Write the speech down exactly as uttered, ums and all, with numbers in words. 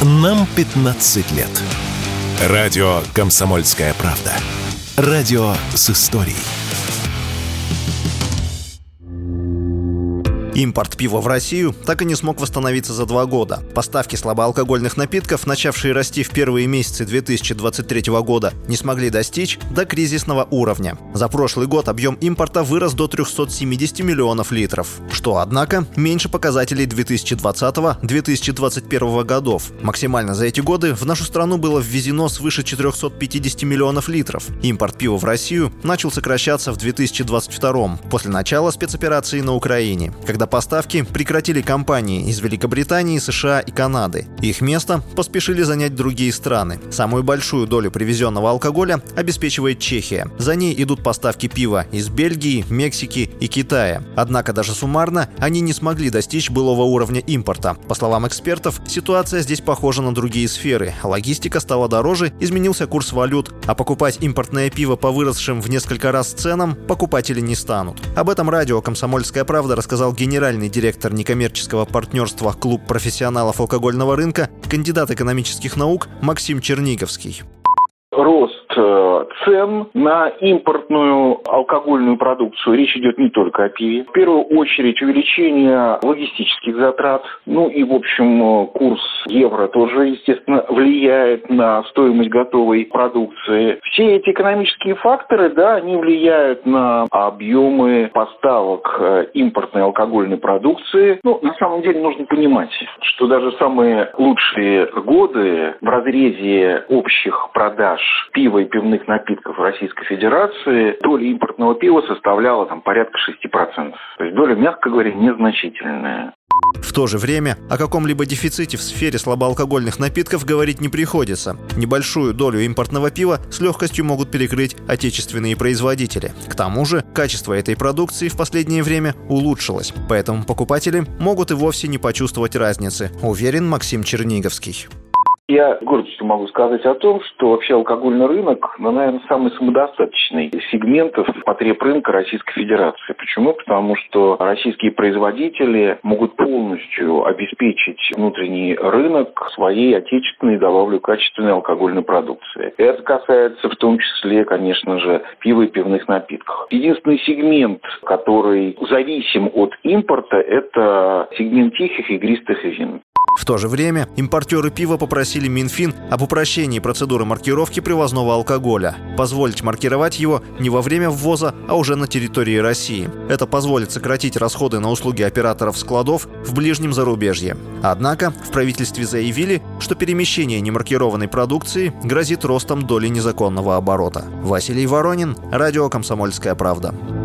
Нам пятнадцать лет. Радио «Комсомольская правда». Радио с историей. Импорт пива в Россию так и не смог восстановиться за два года. Поставки слабоалкогольных напитков, начавшие расти в первые месяцы две тысячи двадцать третьего года, не смогли достичь до кризисного уровня. За прошлый год объем импорта вырос до триста семьдесят миллионов литров, что, однако, меньше показателей две тысячи двадцатого — две тысячи двадцать первого годов. Максимально за эти годы в нашу страну было ввезено свыше четыреста пятьдесят миллионов литров. Импорт пива в Россию начал сокращаться в две тысячи двадцать втором, после начала спецоперации на Украине, когда поставки прекратили компании из Великобритании, США и Канады. Их место поспешили занять другие страны. Самую большую долю привезенного алкоголя обеспечивает Чехия. За ней идут поставки пива из Бельгии, Мексики и Китая. Однако даже суммарно они не смогли достичь былого уровня импорта. По словам экспертов, ситуация здесь похожа на другие сферы. Логистика стала дороже, изменился курс валют, а покупать импортное пиво по выросшим в несколько раз ценам покупатели не станут. Об этом радио «Комсомольская правда» рассказал генеральный Генеральный директор некоммерческого партнерства «Клуб профессионалов алкогольного рынка», кандидат экономических наук Максим Черниговский. Рост цен на импортную алкогольную продукцию. Речь идет не только о пиве. В первую очередь увеличение логистических затрат. Ну и, в общем, курс евро тоже, естественно, влияет на стоимость готовой продукции. Все эти экономические факторы, да, они влияют на объемы поставок импортной алкогольной продукции. Ну, на самом деле нужно понимать, что даже самые лучшие годы в разрезе общих продаж пива и пивных напитков Российской Федерации доля импортного пива составляла там порядка шесть процентов. То есть доля, мягко говоря, незначительная. В то же время о каком-либо дефиците в сфере слабоалкогольных напитков говорить не приходится. Небольшую долю импортного пива с легкостью могут перекрыть отечественные производители. К тому же, качество этой продукции в последнее время улучшилось, поэтому покупатели могут и вовсе не почувствовать разницы, уверен Максим Черниговский. Я с гордостью могу сказать о том, что вообще алкогольный рынок, ну, наверное, самый самодостаточный из сегментов потреб рынка Российской Федерации. Почему? Потому что российские производители могут полностью обеспечить внутренний рынок своей отечественной, добавлю, качественной алкогольной продукции. Это касается в том числе, конечно же, пива и пивных напитков. Единственный сегмент, который зависим от импорта, это сегмент тихих и игристых вин. В то же время импортеры пива попросили Минфин об упрощении процедуры маркировки привозного алкоголя, позволить маркировать его не во время ввоза, а уже на территории России. Это позволит сократить расходы на услуги операторов складов в ближнем зарубежье. Однако в правительстве заявили, что перемещение немаркированной продукции грозит ростом доли незаконного оборота. Василий Воронин, радио «Комсомольская правда».